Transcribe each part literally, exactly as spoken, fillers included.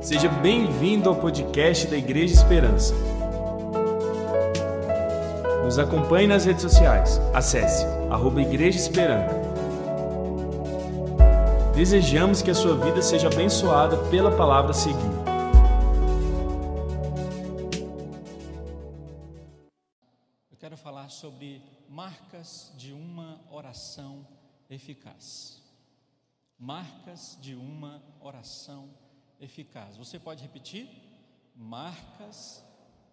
Seja bem-vindo ao podcast da Igreja Esperança. Nos acompanhe nas redes sociais. Acesse arroba Igreja Esperança. Desejamos que a sua vida seja abençoada pela palavra a seguir. Eu quero falar sobre marcas de uma oração eficaz. Marcas de uma oração eficaz. Você pode repetir? Marcas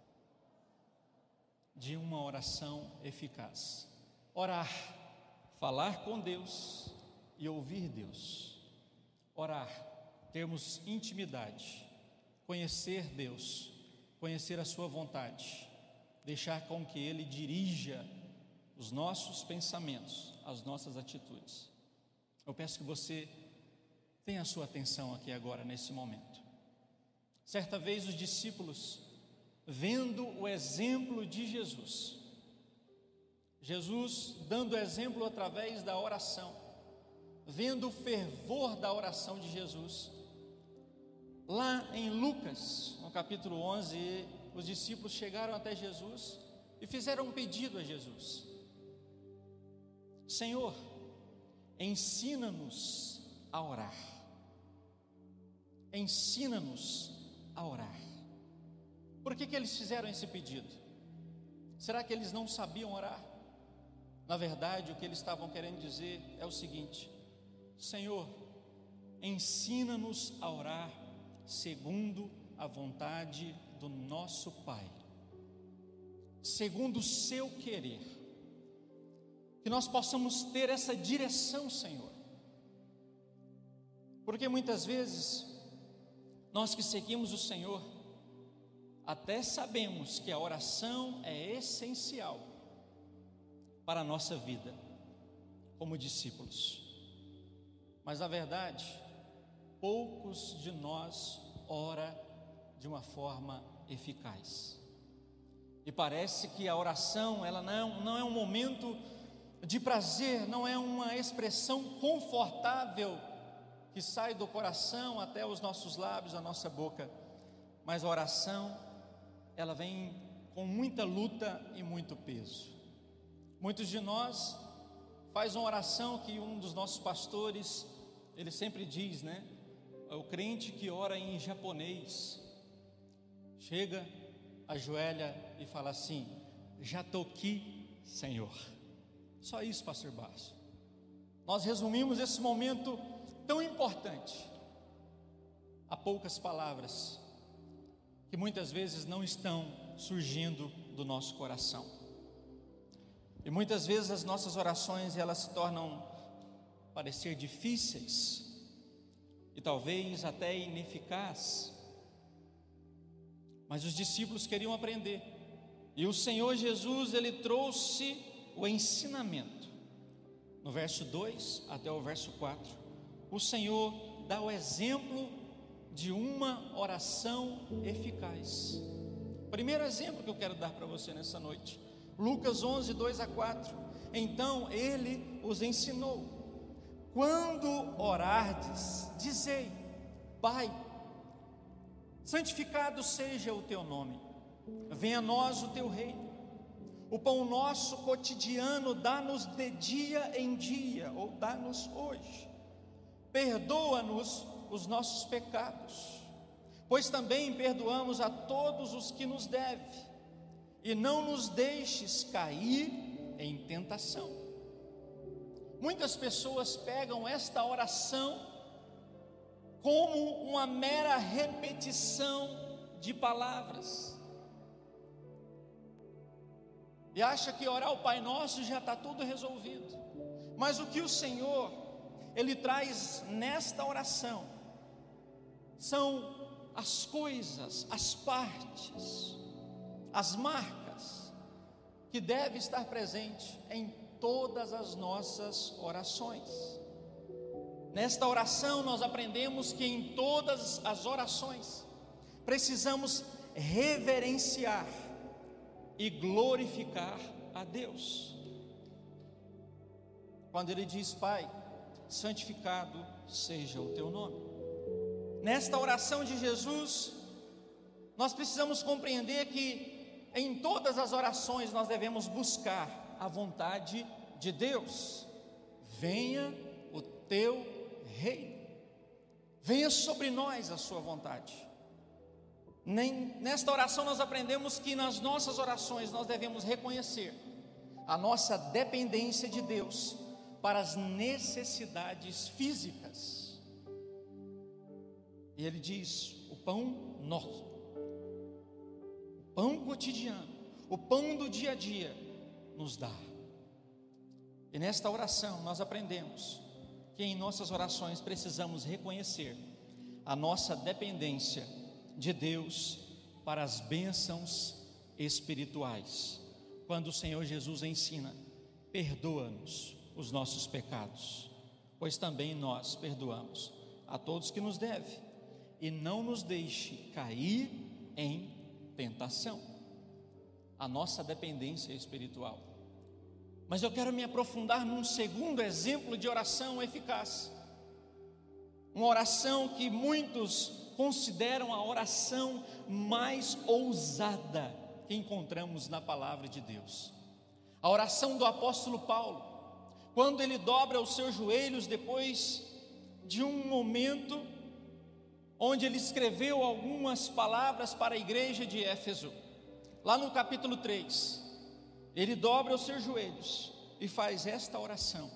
de uma oração eficaz. Orar, falar com Deus e ouvir Deus. Orar, termos intimidade, conhecer Deus, conhecer a sua vontade, deixar com que Ele dirija os nossos pensamentos, as nossas atitudes. Eu peço que você tenha a sua atenção aqui agora, nesse momento. Certa vez os discípulos, vendo o exemplo de Jesus, Jesus dando exemplo através da oração, vendo o fervor da oração de Jesus, lá em Lucas, no capítulo onze, os discípulos chegaram até Jesus e fizeram um pedido a Jesus: Senhor, ensina-nos a orar. Ensina-nos a orar. Por que que eles fizeram esse pedido? Será que eles não sabiam orar? Na verdade, o que eles estavam querendo dizer é o seguinte: Senhor, ensina-nos a orar segundo a vontade do nosso Pai, segundo o seu querer. Que nós possamos ter essa direção, Senhor, porque muitas vezes nós que seguimos o Senhor, até sabemos que a oração é essencial para a nossa vida como discípulos, mas na verdade, poucos de nós ora de uma forma eficaz. E parece que a oração, ela não, não é um momento de prazer, não é uma expressão confortável que sai do coração até os nossos lábios, a nossa boca, mas a oração, ela vem com muita luta e muito peso. Muitos de nós faz uma oração que um dos nossos pastores, ele sempre diz, né? O crente que ora em japonês, chega, ajoelha e fala assim: já tô aqui, Senhor. Só isso, pastor Barço. Nós resumimos esse momento tão importante a poucas palavras que muitas vezes não estão surgindo do nosso coração. E muitas vezes as nossas orações, elas se tornam parecer difíceis e talvez até ineficazes. Mas os discípulos queriam aprender, e o Senhor Jesus, Ele trouxe o ensinamento. No verso dois até o verso quatro, o Senhor dá o exemplo de uma oração eficaz. Primeiro exemplo que eu quero dar para você nessa noite, Lucas onze, dois a quatro. Então Ele os ensinou: quando orardes, dizei: Pai, santificado seja o teu nome, venha a nós o teu reino. O pão nosso cotidiano dá-nos de dia em dia, ou dá-nos hoje. Perdoa-nos os nossos pecados, pois também perdoamos a todos os que nos devem, e não nos deixes cair em tentação. Muitas pessoas pegam esta oração como uma mera repetição de palavras, e acha que orar o Pai Nosso já está tudo resolvido. Mas o que o Senhor, Ele traz nesta oração são as coisas, as partes, as marcas que devem estar presentes em todas as nossas orações. Nesta oração nós aprendemos que em todas as orações precisamos reverenciar e glorificar a Deus. Quando Ele diz: Pai, santificado seja o teu nome. Nesta oração de Jesus, nós precisamos compreender que em todas as orações nós devemos buscar a vontade de Deus. Venha o teu reino, venha sobre nós a sua vontade. Nem, nesta oração nós aprendemos que nas nossas orações nós devemos reconhecer a nossa dependência de Deus para as necessidades físicas. E ele diz: o pão nosso, o pão cotidiano, o pão do dia a dia nos dá. E nesta oração nós aprendemos que em nossas orações precisamos reconhecer a nossa dependência de Deus para as bênçãos espirituais. Quando o Senhor Jesus ensina: perdoa-nos os nossos pecados, pois também nós perdoamos a todos que nos devem, e não nos deixe cair em tentação. A nossa dependência espiritual. Mas eu quero me aprofundar num segundo exemplo de oração eficaz, uma oração que muitos consideram a oração mais ousada que encontramos na palavra de Deus. A oração do apóstolo Paulo, quando ele dobra os seus joelhos depois de um momento onde ele escreveu algumas palavras para a igreja de Éfeso. Lá no capítulo três, ele dobra os seus joelhos e faz esta oração.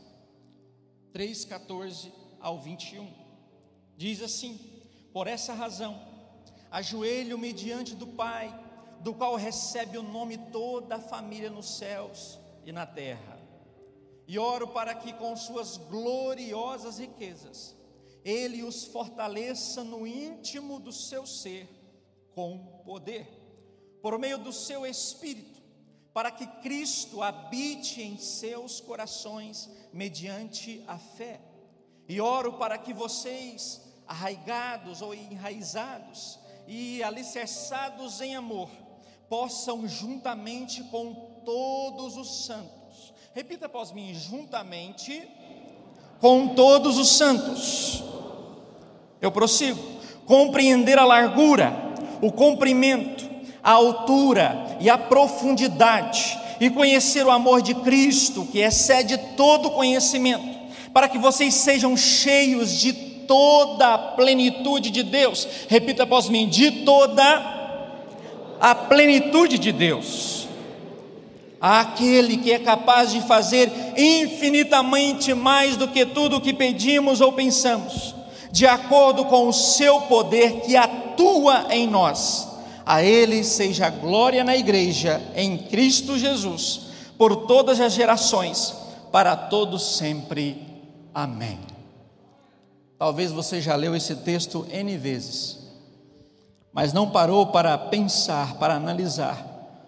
três, quatorze ao vinte e um, diz assim: por essa razão, ajoelho-me diante do Pai, do qual recebe o nome toda a família nos céus e na terra, e oro para que com suas gloriosas riquezas Ele os fortaleça no íntimo do seu ser com poder, por meio do seu Espírito, para que Cristo habite em seus corações mediante a fé. E oro para que vocês, arraigados ou enraizados e alicerçados em amor, possam juntamente com todos os santos, repita após mim, juntamente com todos os santos, eu prossigo, compreender a largura, o comprimento, a altura e a profundidade, e conhecer o amor de Cristo, que excede todo conhecimento, para que vocês sejam cheios de toda a plenitude de Deus. Repita após mim: de toda a plenitude de Deus. Aquele que é capaz de fazer infinitamente mais do que tudo o que pedimos ou pensamos, de acordo com o seu poder que atua em nós. A Ele seja a glória na igreja, em Cristo Jesus, por todas as gerações, para todos sempre. Amém. Talvez você já leu esse texto N vezes, mas não parou para pensar, para analisar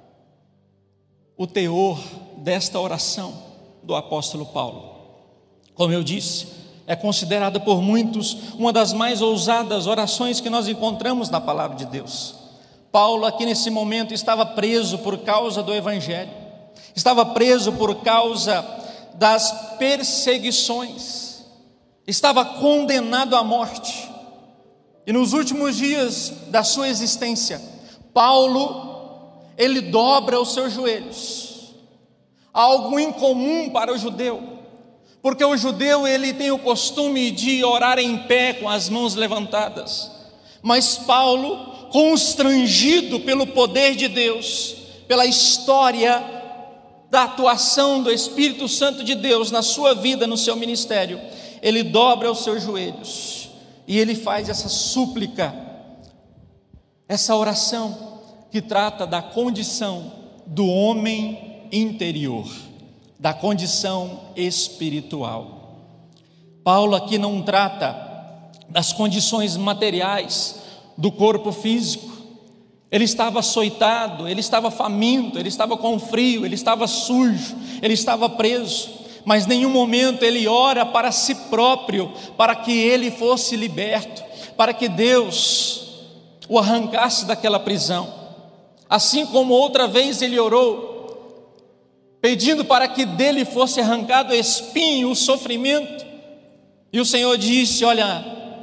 o teor desta oração do apóstolo Paulo. Como eu disse, é considerada por muitos uma das mais ousadas orações que nós encontramos na palavra de Deus. Paulo aqui nesse momento estava preso por causa do evangelho, estava preso por causa das perseguições, estava condenado à morte, e nos últimos dias da sua existência, Paulo, ele dobra os seus joelhos, algo incomum para o judeu, porque o judeu ele tem o costume de orar em pé com as mãos levantadas, mas Paulo, constrangido pelo poder de Deus, pela história da atuação do Espírito Santo de Deus na sua vida, no seu ministério, ele dobra os seus joelhos e ele faz essa súplica, essa oração que trata da condição do homem interior, da condição espiritual. Paulo aqui não trata das condições materiais do corpo físico. Ele estava açoitado, ele estava faminto, ele estava com frio, ele estava sujo, ele estava preso, mas em nenhum momento ele ora para si próprio, para que ele fosse liberto, para que Deus o arrancasse daquela prisão. Assim como outra vez ele orou, pedindo para que dele fosse arrancado o espinho, o sofrimento, e o Senhor disse: olha,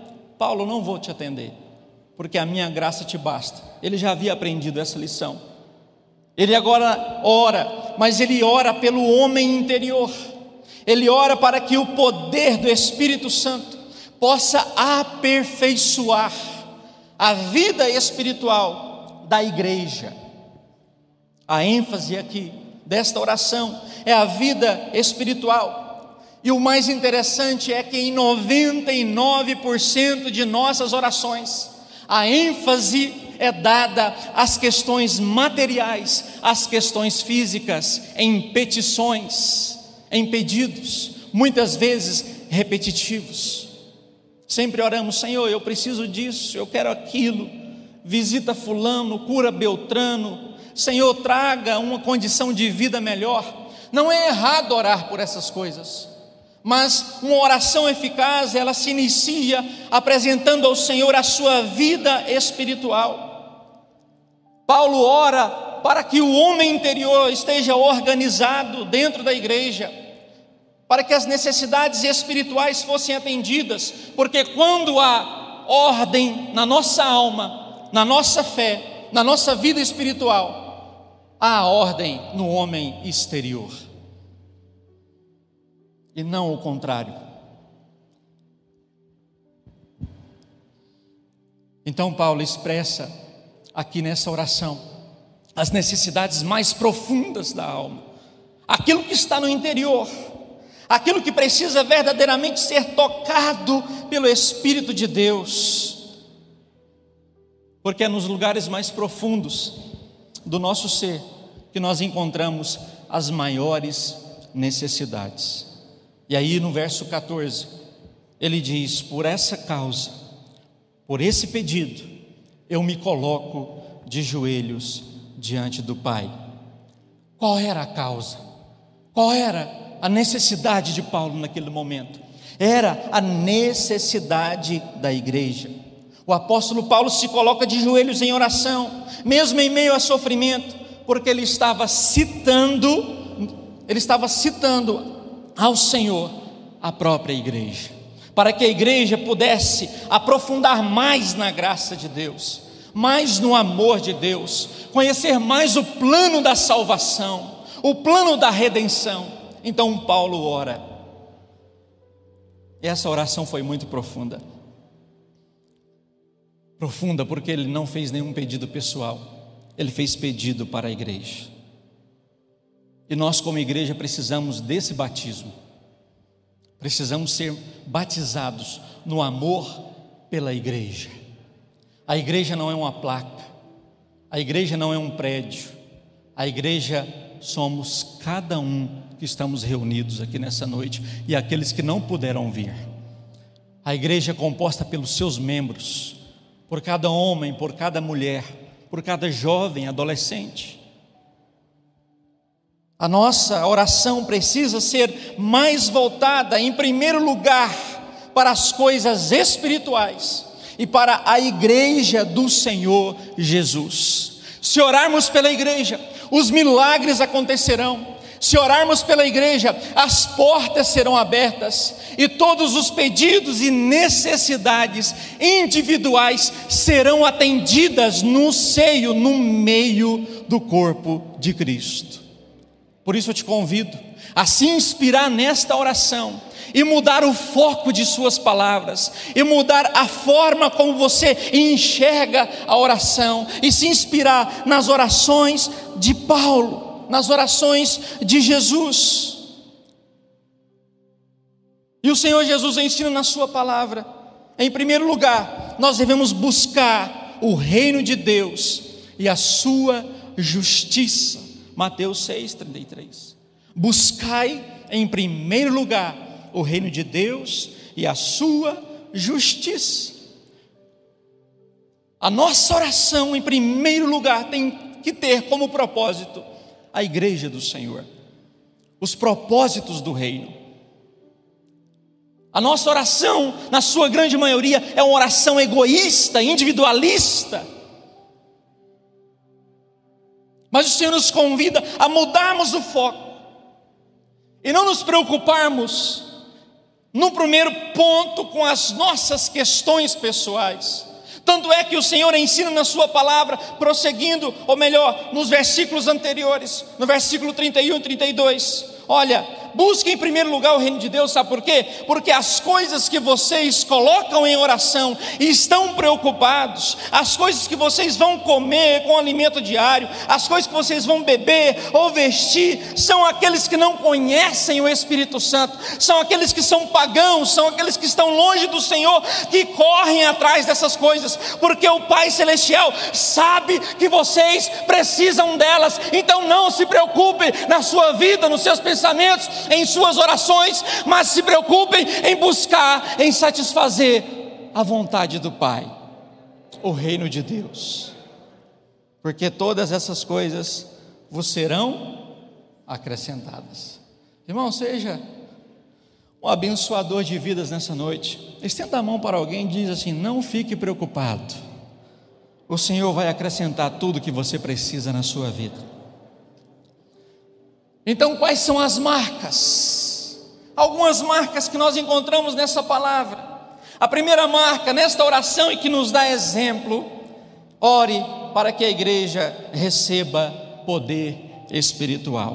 Paulo, não vou te atender, porque a minha graça te basta. Ele já havia aprendido essa lição. Ele agora ora, mas ele ora pelo homem interior. Ele ora para que o poder do Espírito Santo possa aperfeiçoar a vida espiritual da igreja. A ênfase aqui desta oração é a vida espiritual. E o mais interessante é que em noventa e nove por cento de nossas orações, a ênfase é dada às questões materiais, às questões físicas, em petições, em pedidos, muitas vezes repetitivos. Sempre oramos: Senhor, eu preciso disso, eu quero aquilo, visita fulano, cura Beltrano, Senhor, traga uma condição de vida melhor. Não é errado orar por essas coisas, mas uma oração eficaz, ela se inicia apresentando ao Senhor a sua vida espiritual. Paulo ora para que o homem interior esteja organizado dentro da igreja, para que as necessidades espirituais fossem atendidas, porque quando há ordem na nossa alma, na nossa fé, na nossa vida espiritual, há ordem no homem exterior, e não o contrário. Então Paulo expressa aqui nessa oração as necessidades mais profundas da alma, aquilo que está no interior, aquilo que precisa verdadeiramente ser tocado pelo Espírito de Deus, porque é nos lugares mais profundos do nosso ser que nós encontramos as maiores necessidades. E aí no verso catorze, ele diz: por essa causa, por esse pedido, eu me coloco de joelhos diante do Pai. Qual era a causa? Qual era a necessidade de Paulo naquele momento? Era a necessidade da igreja. O apóstolo Paulo se coloca de joelhos em oração, mesmo em meio a sofrimento, porque ele estava citando, ele estava citando ao Senhor a própria igreja, para que a igreja pudesse aprofundar mais na graça de Deus, mais no amor de Deus, conhecer mais o plano da salvação, o plano da redenção. Então Paulo ora, e essa oração foi muito profunda, profunda porque ele não fez nenhum pedido pessoal, ele fez pedido para a igreja. E nós como igreja precisamos desse batismo, precisamos ser batizados no amor pela igreja. A igreja não é uma placa, a igreja não é um prédio, a igreja somos cada um que estamos reunidos aqui nessa noite, e aqueles que não puderam vir. A igreja é composta pelos seus membros, por cada homem, por cada mulher, por cada jovem, adolescente. A nossa oração precisa ser mais voltada, em primeiro lugar, para as coisas espirituais e para a igreja do Senhor Jesus. Se orarmos pela igreja, os milagres acontecerão. Se orarmos pela igreja, as portas serão abertas e todos os pedidos e necessidades individuais serão atendidas no seio, no meio do corpo de Cristo. Por isso eu te convido a se inspirar nesta oração e mudar o foco de suas palavras, e mudar a forma como você enxerga a oração, e se inspirar nas orações de Paulo, nas orações de Jesus. E o Senhor Jesus ensina na sua palavra, em primeiro lugar, nós devemos buscar o reino de Deus e a sua justiça. Mateus seis, trinta e três. Buscai em primeiro lugar o reino de Deus e a sua justiça. A nossa oração, em primeiro lugar, tem que ter como propósito a igreja do Senhor, os propósitos do reino. A nossa oração, na sua grande maioria, é uma oração egoísta, individualista. Mas o Senhor nos convida a mudarmos o foco e não nos preocuparmos no primeiro ponto com as nossas questões pessoais. Tanto é que o Senhor ensina na sua palavra, prosseguindo, ou melhor, nos versículos anteriores, no versículo trinta e um e trinta e dois, olha, busque em primeiro lugar o reino de Deus, sabe por quê? Porque as coisas que vocês colocam em oração e estão preocupados, as coisas que vocês vão comer com alimento diário, as coisas que vocês vão beber ou vestir, são aqueles que não conhecem o Espírito Santo, são aqueles que são pagãos, são aqueles que estão longe do Senhor, que correm atrás dessas coisas, porque o Pai Celestial sabe que vocês precisam delas. Então não se preocupe na sua vida, nos seus pensamentos, em suas orações, mas se preocupem em buscar, em satisfazer a vontade do Pai, o reino de Deus, porque todas essas coisas vos serão acrescentadas. Irmão, seja um abençoador de vidas nessa noite. Estenda a mão para alguém e diz assim: não fique preocupado, o Senhor vai acrescentar tudo que você precisa na sua vida. Então, quais são as marcas? Algumas marcas que nós encontramos nessa palavra. A primeira marca, nesta oração e que nos dá exemplo: ore para que a igreja receba poder espiritual.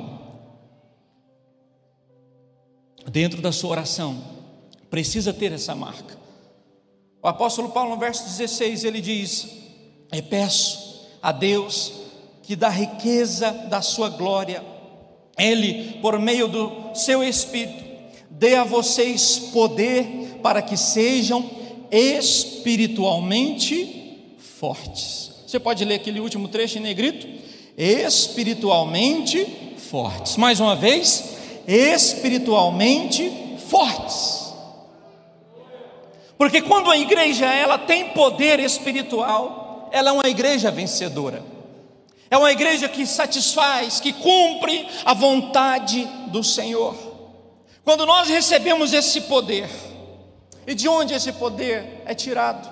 Dentro da sua oração, precisa ter essa marca. O apóstolo Paulo, no verso dezesseis, ele diz: eu peço a Deus que da riqueza da sua glória, Ele, por meio do seu Espírito, dê a vocês poder para que sejam espiritualmente fortes. Você pode ler aquele último trecho em negrito? Espiritualmente fortes. Mais uma vez, espiritualmente fortes. Porque quando a igreja ela tem poder espiritual, ela é uma igreja vencedora. É uma igreja que satisfaz, que cumpre a vontade do Senhor. Quando nós recebemos esse poder, e de onde esse poder é tirado?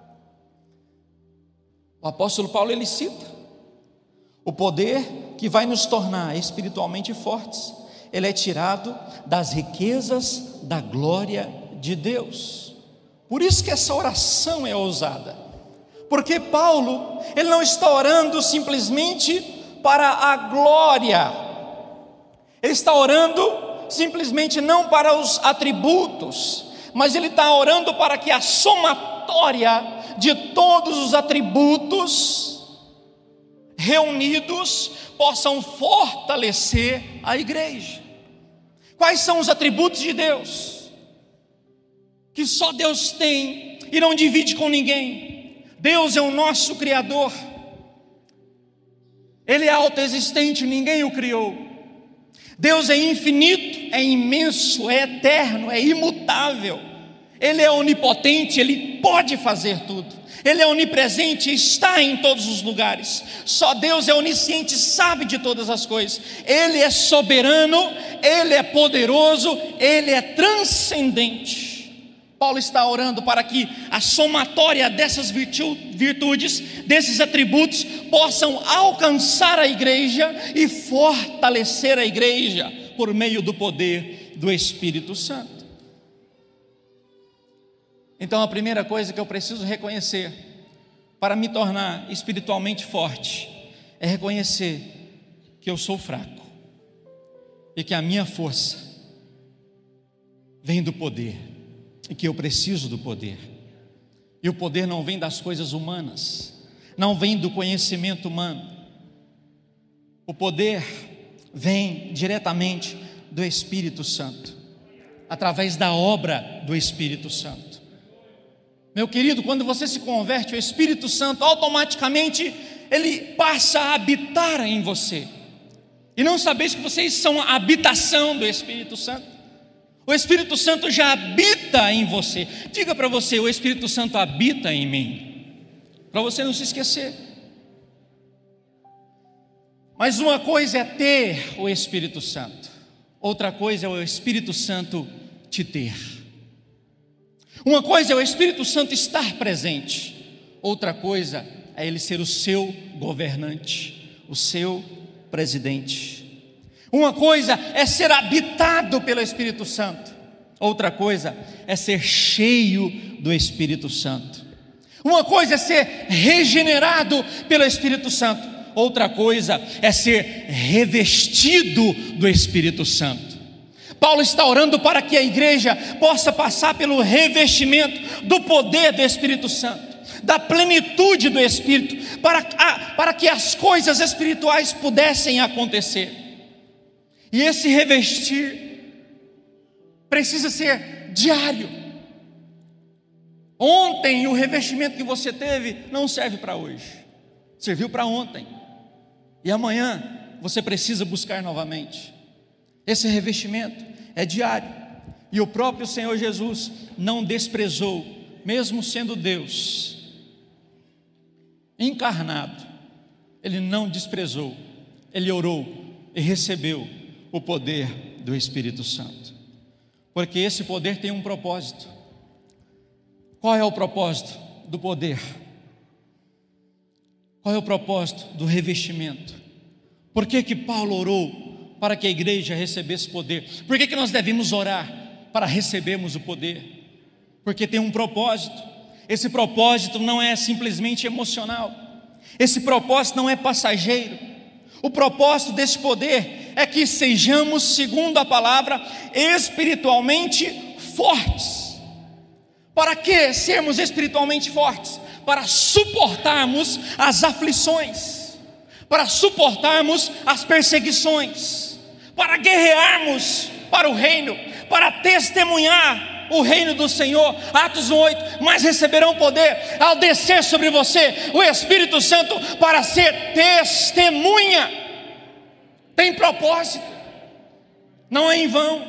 O apóstolo Paulo ele cita: o poder que vai nos tornar espiritualmente fortes, ele é tirado das riquezas da glória de Deus. Por isso que essa oração é ousada. Porque Paulo, ele não está orando simplesmente para a glória, ele está orando simplesmente não para os atributos, mas ele está orando para que a somatória de todos os atributos reunidos possam fortalecer a igreja. Quais são os atributos de Deus? Que só Deus tem e não divide com ninguém. Deus é o nosso Criador, Ele é autoexistente, ninguém o criou. Deus é infinito, é imenso, é eterno, é imutável. Ele é onipotente, Ele pode fazer tudo. Ele é onipresente, está em todos os lugares. Só Deus é onisciente, sabe de todas as coisas. Ele é soberano, Ele é poderoso, Ele é transcendente. Paulo está orando para que a somatória dessas virtudes, desses atributos, possam alcançar a igreja e fortalecer a igreja por meio do poder do Espírito Santo. Então a primeira coisa que eu preciso reconhecer para me tornar espiritualmente forte é reconhecer que eu sou fraco e que a minha força vem do poder. E que eu preciso do poder. E o poder não vem das coisas humanas, não vem do conhecimento humano. O poder vem diretamente do Espírito Santo, através da obra do Espírito Santo. Meu querido, quando você se converte, o Espírito Santo automaticamente ele passa a habitar em você. E não sabeis que vocês são a habitação do Espírito Santo? O Espírito Santo já habita em você. Diga para você: o Espírito Santo habita em mim, para você não se esquecer. Mas uma coisa é ter o Espírito Santo, outra coisa é o Espírito Santo te ter. Uma coisa é o Espírito Santo estar presente, outra coisa é ele ser o seu governante, o seu presidente. Uma coisa é ser habitado pelo Espírito Santo, outra coisa é ser cheio do Espírito Santo. Uma coisa é ser regenerado pelo Espírito Santo, outra coisa é ser revestido do Espírito Santo. Paulo está orando para que a igreja possa passar pelo revestimento do poder do Espírito Santo, da plenitude do Espírito, para, para que as coisas espirituais pudessem acontecer. E esse revestir precisa ser diário. Ontem o revestimento que você teve não serve para hoje, serviu para ontem, e amanhã você precisa buscar novamente. Esse revestimento é diário, e o próprio Senhor Jesus não desprezou, mesmo sendo Deus encarnado, Ele não desprezou, Ele orou e recebeu o poder do Espírito Santo, porque esse poder tem um propósito. Qual é o propósito do poder? Qual é o propósito do revestimento? Por que que Paulo orou para que a igreja recebesse poder? Por que que nós devemos orar para recebermos o poder? Porque tem um propósito. Esse propósito não é simplesmente emocional. Esse propósito não é passageiro. O propósito desse poder é que sejamos, segundo a palavra, espiritualmente fortes. Para que sermos espiritualmente fortes? Para suportarmos as aflições, para suportarmos as perseguições, para guerrearmos para o reino, para testemunhar o reino do Senhor. Atos um, oito, mas receberão poder ao descer sobre você o Espírito Santo para ser testemunha. Tem propósito, não é em vão.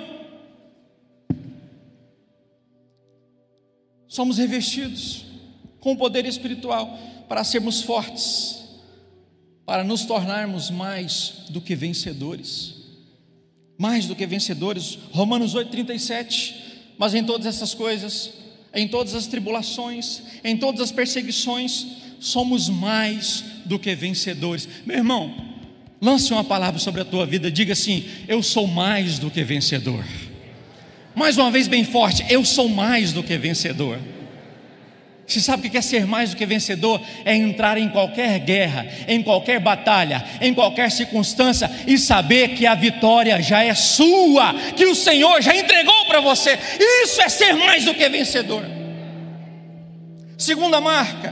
Somos revestidos com o poder espiritual para sermos fortes, para nos tornarmos mais do que vencedores, mais do que vencedores. Romanos oito, trinta e sete, mas em todas essas coisas, em todas as tribulações, em todas as perseguições, somos mais do que vencedores. Meu irmão, lance uma palavra sobre a tua vida, diga assim: eu sou mais do que vencedor. Mais uma vez bem forte: eu sou mais do que vencedor. Você sabe o que é ser mais do que vencedor? É entrar em qualquer guerra, em qualquer batalha, em qualquer circunstância e saber que a vitória já é sua, que o Senhor já entregou para você. Isso é ser mais do que vencedor. Segunda marca: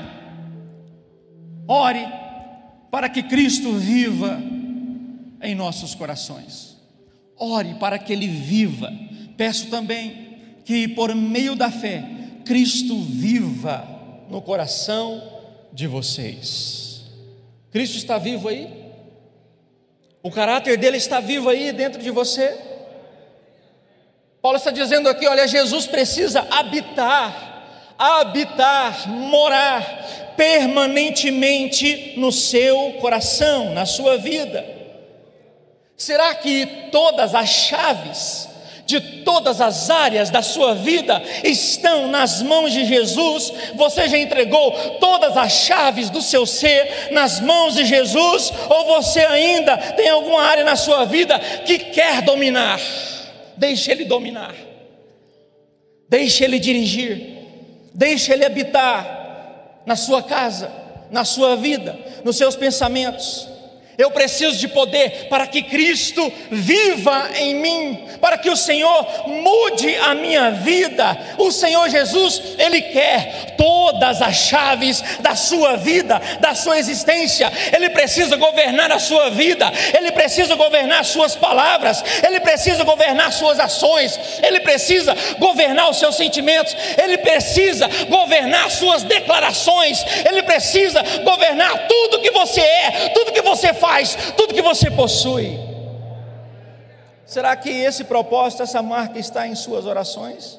ore para que Cristo viva em nossos corações. Ore para que Ele viva. Peço também que por meio da fé Cristo viva no coração de vocês. Cristo está vivo aí? O caráter dele está vivo aí dentro de você? Paulo está dizendo aqui: olha, Jesus precisa habitar, habitar, morar permanentemente no seu coração, na sua vida. Será que todas as chaves de todas as áreas da sua vida estão nas mãos de Jesus? Você já entregou todas as chaves do seu ser nas mãos de Jesus? Ou você ainda tem alguma área na sua vida que quer dominar? Deixe Ele dominar, deixe Ele dirigir, deixe Ele habitar na sua casa, na sua vida, nos seus pensamentos. Eu preciso de poder para que Cristo viva em mim, para que o Senhor mude a minha vida. O Senhor Jesus, Ele quer todas as chaves da sua vida, da sua existência. Ele precisa governar a sua vida, Ele precisa governar suas palavras, Ele precisa governar suas ações, Ele precisa governar os seus sentimentos, Ele precisa governar suas declarações, Ele precisa governar tudo que você é, tudo que você faz. Faz tudo que você possui. Será que esse propósito, essa marca está em suas orações?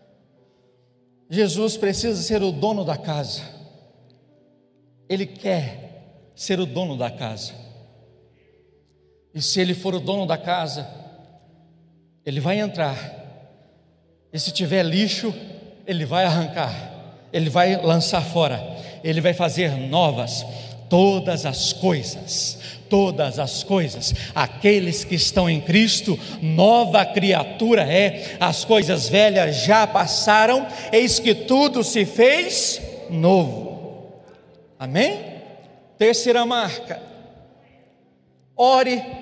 Jesus precisa ser o dono da casa. Ele quer ser o dono da casa. E se Ele for o dono da casa, Ele vai entrar. E se tiver lixo, Ele vai arrancar, Ele vai lançar fora, Ele vai fazer novas todas as coisas, todas as coisas, aqueles que estão em Cristo, nova criatura é, as coisas velhas já passaram, eis que tudo se fez novo. Amém? Terceira marca: ore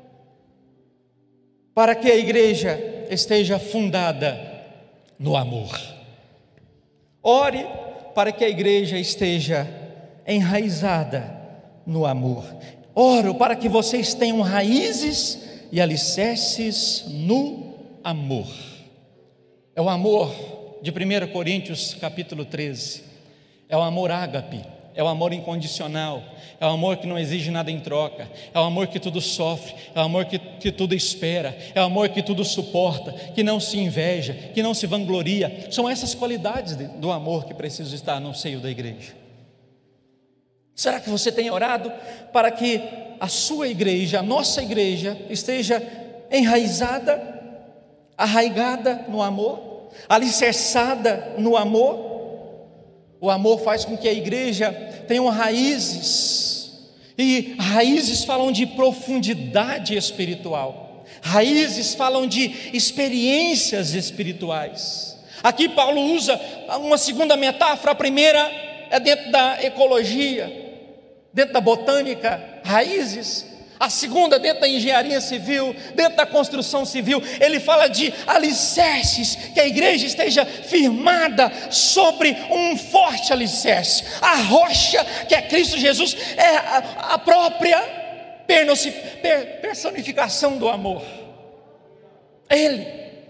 para que a igreja esteja fundada no amor. Ore para que a igreja esteja enraizada no amor. Oro para que vocês tenham raízes e alicerces no amor. É o amor de primeira Coríntios capítulo treze. É o amor ágape, é o amor incondicional, é o amor que não exige nada em troca, é o amor que tudo sofre, é o amor que, que tudo espera, é o amor que tudo suporta, que não se inveja, que não se vangloria. São essas qualidades de, do amor que precisam estar no seio da igreja. Será que você tem orado para que a sua igreja, a nossa igreja, esteja enraizada, arraigada no amor, alicerçada no amor? O amor faz com que a igreja tenha raízes, e raízes falam de profundidade espiritual, raízes falam de experiências espirituais. Aqui Paulo usa uma segunda metáfora. A primeira é dentro da ecologia, dentro da botânica, raízes. A segunda dentro da engenharia civil, dentro da construção civil. Ele fala de alicerces, que a igreja esteja firmada sobre um forte alicerce. A rocha que é Cristo Jesus é a, a própria personificação do amor. Ele,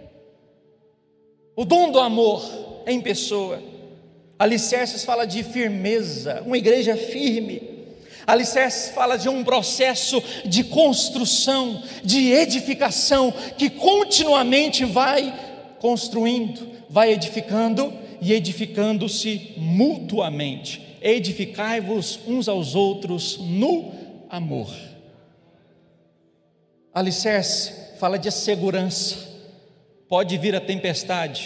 o dom do amor em pessoa. Alicerces fala de firmeza, uma igreja firme. Alicerces fala de um processo de construção, de edificação, que continuamente vai construindo, vai edificando e edificando-se mutuamente. Edificai-vos uns aos outros no amor. Alicerce fala de segurança. Pode vir a tempestade,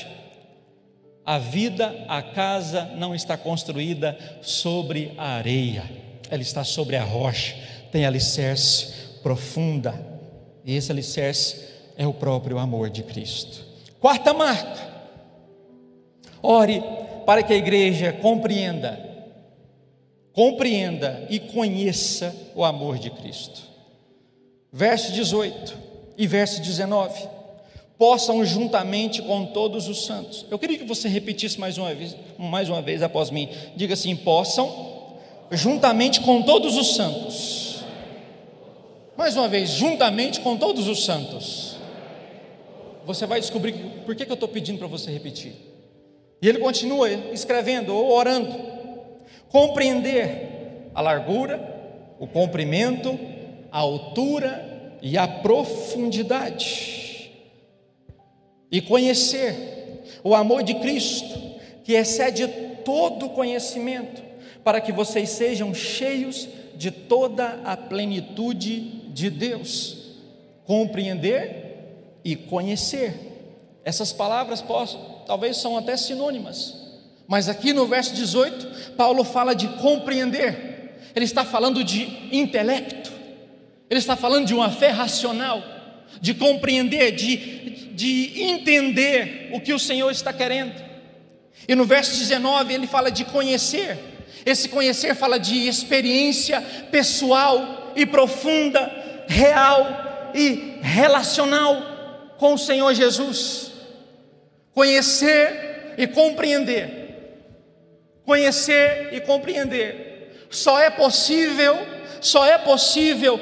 a vida, a casa não está construída sobre a areia, ela está sobre a rocha, tem alicerce profunda, e esse alicerce é o próprio amor de Cristo. Quarta marca: ore para que a igreja compreenda, compreenda e conheça o amor de Cristo. Verso dezoito e verso dezenove: possam juntamente com todos os santos. Eu queria que você repetisse mais uma vez, mais uma vez após mim. Diga assim: possam juntamente com todos os santos. Mais uma vez, juntamente com todos os santos. Você vai descobrir por que eu estou pedindo para você repetir. E ele continua escrevendo ou orando: compreender a largura, o comprimento, a altura e a profundidade, e conhecer o amor de Cristo, que excede todo conhecimento, para que vocês sejam cheios de toda a plenitude de Deus. Compreender e conhecer. Essas palavras possam, talvez são até sinônimas, mas aqui no verso dezoito, Paulo fala de compreender. Ele está falando de intelecto, ele está falando de uma fé racional, de compreender, de, de entender o que o Senhor está querendo. E no verso dezenove ele fala de conhecer. Esse conhecer fala de experiência pessoal e profunda, real e relacional com o Senhor Jesus. Conhecer e compreender. Conhecer e compreender. Só é possível, só é possível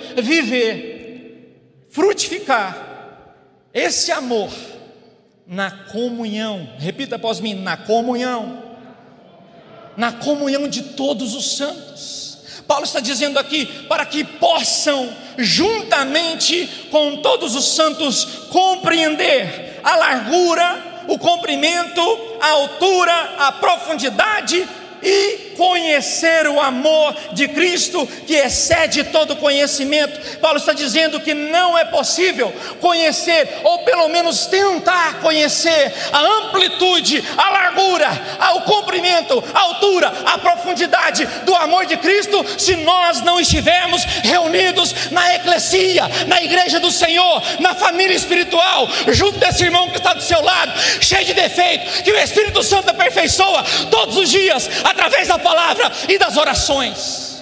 viver, frutificar esse amor na comunhão. Repita após mim: na comunhão. Na comunhão de todos os santos. Paulo está dizendo aqui, para que possam juntamente com todos os santos compreender a largura, o comprimento, a altura, a profundidade e conhecer o amor de Cristo que excede todo conhecimento. Paulo está dizendo que não é possível conhecer, ou pelo menos tentar conhecer, a amplitude, a largura, o comprimento, a altura, a profundidade do amor de Cristo, se nós não estivermos reunidos na eclesia, na igreja do Senhor, na família espiritual, junto desse irmão que está do seu lado, cheio de defeito, que o Espírito Santo aperfeiçoa todos os dias, através da palavra e das orações.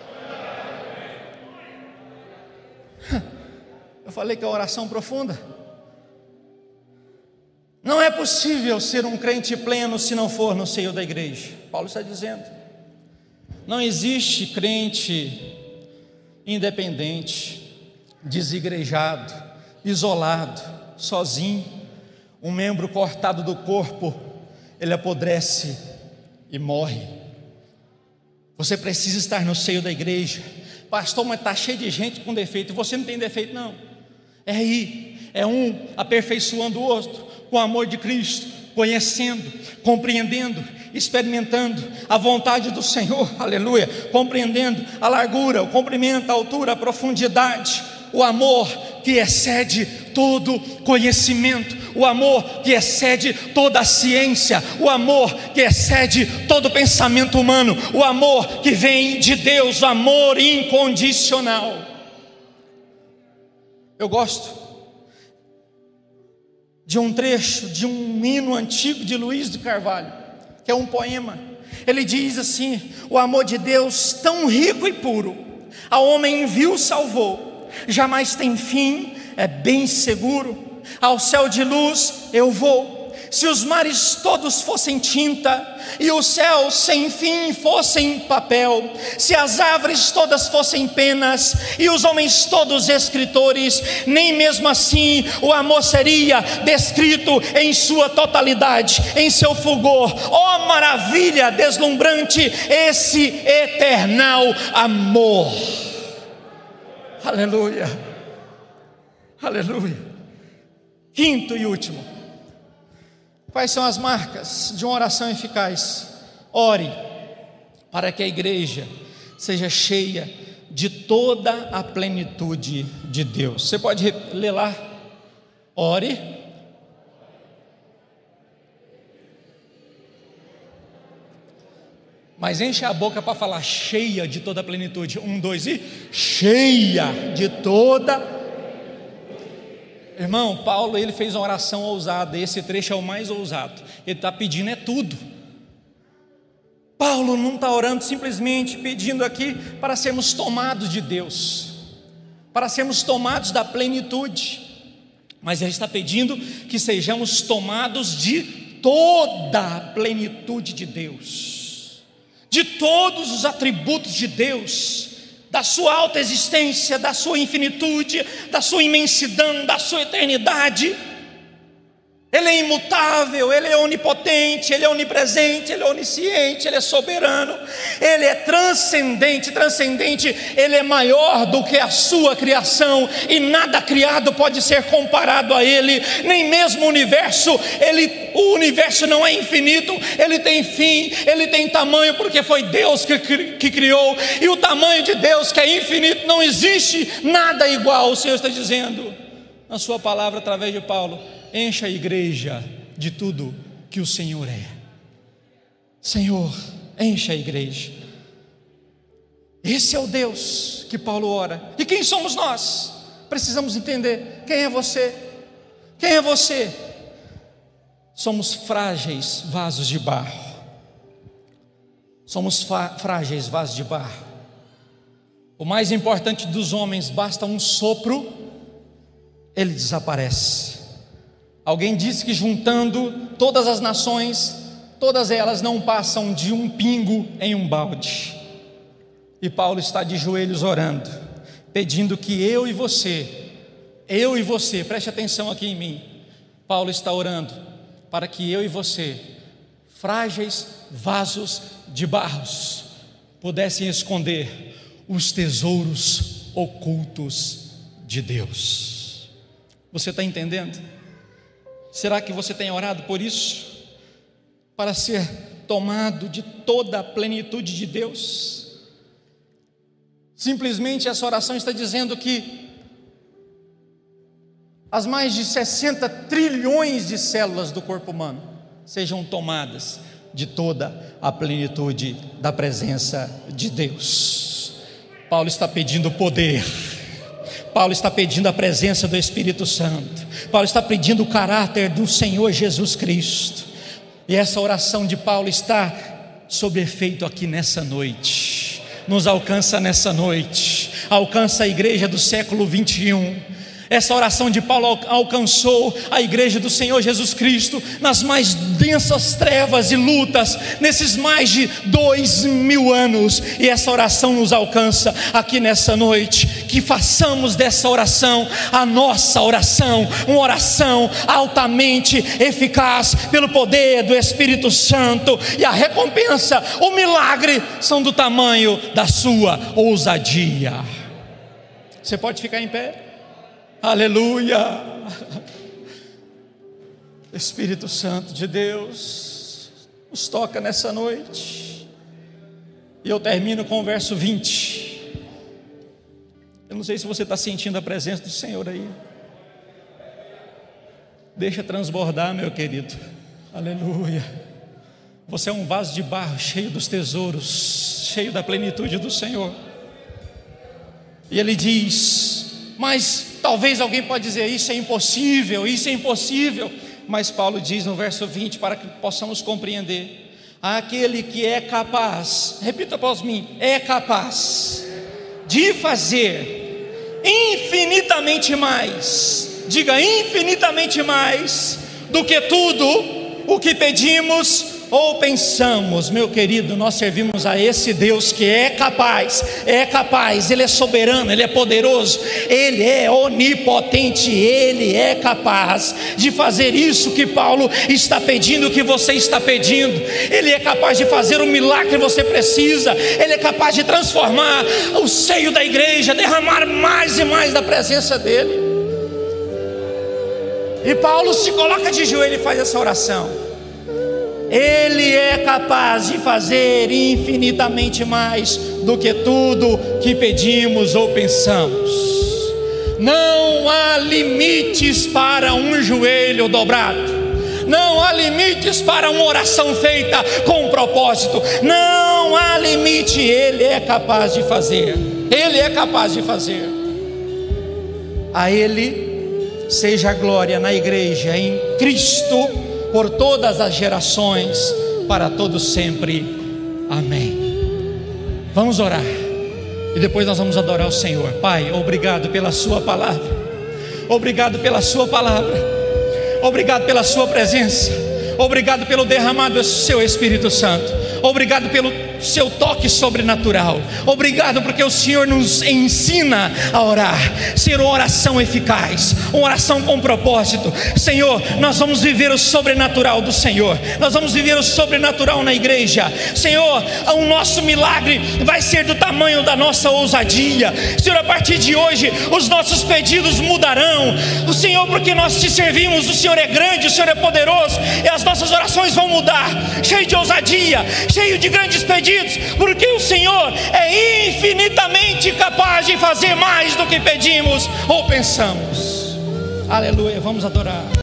Eu falei que é oração profunda. Não é possível ser um crente pleno se não for no seio da igreja. Paulo está dizendo, não existe crente independente, desigrejado, isolado, sozinho. Um membro cortado do corpo, ele apodrece e morre. Você precisa estar no seio da igreja. Pastor, mas está cheio de gente com defeito. Você não tem defeito não. É aí, é um aperfeiçoando o outro, com o amor de Cristo, conhecendo, compreendendo, experimentando a vontade do Senhor, aleluia, compreendendo a largura, o comprimento, a altura, a profundidade, o amor que excede todo conhecimento, o amor que excede toda a ciência, o amor que excede todo pensamento humano, o amor que vem de Deus, o amor incondicional. Eu gosto de um trecho de um hino antigo de Luiz de Carvalho, que é um poema. Ele diz assim: o amor de Deus tão rico e puro, ao homem enviou, salvou, jamais tem fim, é bem seguro, ao céu de luz eu vou. Se os mares todos fossem tinta, e os céus sem fim fossem papel, se as árvores todas fossem penas, e os homens todos escritores, nem mesmo assim o amor seria descrito em sua totalidade, em seu fulgor. Ó maravilha deslumbrante, esse eternal amor. Aleluia, aleluia. Quinto e último, quais são as marcas de uma oração eficaz? Ore para que a igreja seja cheia de toda a plenitude de Deus. Você pode ler lá? Ore mas enche a boca para falar cheia de toda a plenitude. Um, dois e cheia de toda. Irmão, Paulo, ele fez uma oração ousada. Esse trecho é o mais ousado. Ele está pedindo é tudo. Paulo não está orando simplesmente pedindo aqui para sermos tomados de Deus, para sermos tomados da plenitude, mas ele está pedindo que sejamos tomados de toda a plenitude de Deus, de todos os atributos de Deus, da sua alta existência, da sua infinitude, da sua imensidão, da sua eternidade. Ele é imutável, Ele é onipotente, Ele é onipresente, Ele é onisciente, Ele é soberano, Ele é transcendente, transcendente, Ele é maior do que a sua criação, e nada criado pode ser comparado a Ele, nem mesmo o universo. Ele, o universo não é infinito, ele tem fim, ele tem tamanho, porque foi Deus que, que criou, e o tamanho de Deus, que é infinito, não existe nada igual. O Senhor está dizendo na sua palavra através de Paulo: encha a igreja de tudo que o Senhor é. Senhor, encha a igreja. Esse é o Deus que Paulo ora. E quem somos nós? Precisamos entender. Quem é você? Quem é você? Somos frágeis vasos de barro. Somos frágeis vasos de barro. O mais importante dos homens, basta um sopro, ele desaparece. Alguém disse que juntando todas as nações, todas elas não passam de um pingo em um balde. E Paulo está de joelhos orando, pedindo que eu e você, eu e você, preste atenção aqui em mim. Paulo está orando para que eu e você, frágeis vasos de barros, pudessem esconder os tesouros ocultos de Deus. Você está entendendo? Será que você tem orado por isso? para ser tomado de toda a plenitude de Deus. Simplesmente essa oração está dizendo que as mais de sessenta trilhões de células do corpo humano sejam tomadas de toda a plenitude da presença de Deus. Paulo está pedindo poder, Paulo está pedindo a presença do Espírito Santo, Paulo está pedindo o caráter do Senhor Jesus Cristo. E essa oração de Paulo está sob efeito aqui nessa noite, nos alcança nessa noite, alcança a igreja do século vinte e um. Essa oração de Paulo alcançou a igreja do Senhor Jesus Cristo nas mais densas trevas e lutas, nesses mais de dois mil anos, e essa oração nos alcança aqui nessa noite. Que façamos dessa oração a nossa oração, uma oração altamente eficaz pelo poder do Espírito Santo, e a recompensa, o milagre, são do tamanho da sua ousadia. Você pode ficar em pé? Aleluia! Espírito Santo de Deus, nos toca nessa noite. E eu termino com o verso vinte. Eu não sei se você está sentindo a presença do Senhor aí. Deixa transbordar, meu querido. Aleluia! Você é um vaso de barro cheio dos tesouros, cheio da plenitude do Senhor. E Ele diz: mas talvez alguém pode dizer, isso é impossível, isso é impossível. Mas Paulo diz no verso vinte, para que possamos compreender: aquele que é capaz, repita após mim, é capaz de fazer infinitamente mais, diga infinitamente mais, do que tudo o que pedimos ou pensamos. Meu querido, nós servimos a esse Deus que é capaz, é capaz, Ele é soberano, Ele é poderoso, Ele é onipotente, Ele é capaz de fazer isso que Paulo está pedindo, que você está pedindo. Ele é capaz de fazer o milagre que você precisa, Ele é capaz de transformar o seio da igreja, derramar mais e mais da presença dEle. E Paulo se coloca de joelho e faz essa oração. Ele é capaz de fazer infinitamente mais do que tudo que pedimos ou pensamos. Não há limites para um joelho dobrado, não há limites para uma oração feita com um propósito, não há limite. Ele é capaz de fazer, Ele é capaz de fazer. A Ele seja a glória na igreja, em Cristo, por todas as gerações, para todos sempre. Amém. Vamos orar e depois nós vamos adorar o Senhor. Pai, obrigado pela sua palavra, obrigado pela sua palavra, obrigado pela sua presença, obrigado pelo derramado do seu Espírito Santo, obrigado pelo seu toque sobrenatural, obrigado porque o Senhor nos ensina a orar, ser uma oração eficaz, uma oração com propósito. Senhor, nós vamos viver o sobrenatural do Senhor, nós vamos viver o sobrenatural na igreja. Senhor, o nosso milagre vai ser do tamanho da nossa ousadia. Senhor, a partir de hoje os nossos pedidos mudarão. O Senhor, porque nós te servimos, o Senhor é grande, o Senhor é poderoso, e as nossas orações vão mudar, cheio de ousadia, cheio de grandes pedidos, porque o Senhor é infinitamente capaz de fazer mais do que pedimos ou pensamos. Aleluia, vamos adorar.